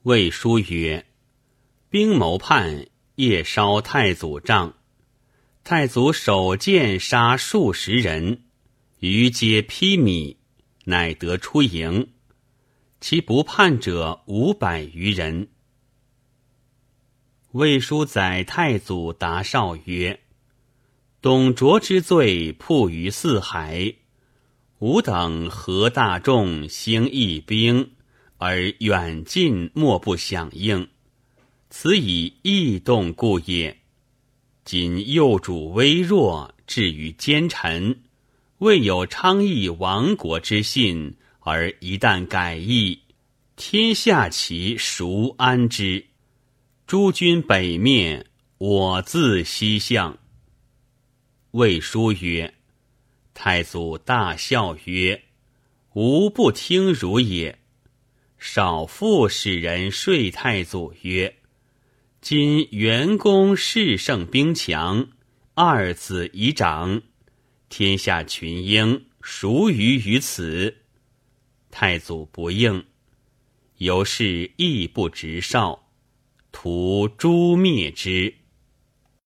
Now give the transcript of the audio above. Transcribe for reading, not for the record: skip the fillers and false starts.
魏书曰：兵谋叛，夜烧太祖帐，太祖手剑杀数十人，余皆披靡，乃得出营。其不叛者500余人。魏书载太祖答绍曰：董卓之罪曝于四海，吾等何大众兴义兵，而远近莫不响应，此以义动故也。今幼主微弱，至于奸臣，未有昌邑亡国之信，而一旦改易，天下其孰安之？诸军北灭，我自西向。魏书曰：太祖大笑曰：吾不听汝也。少复使人说太祖曰：今元公势胜兵强，2子已长，天下群英孰虞于此？太祖不应，由是义不直少，图诛灭之。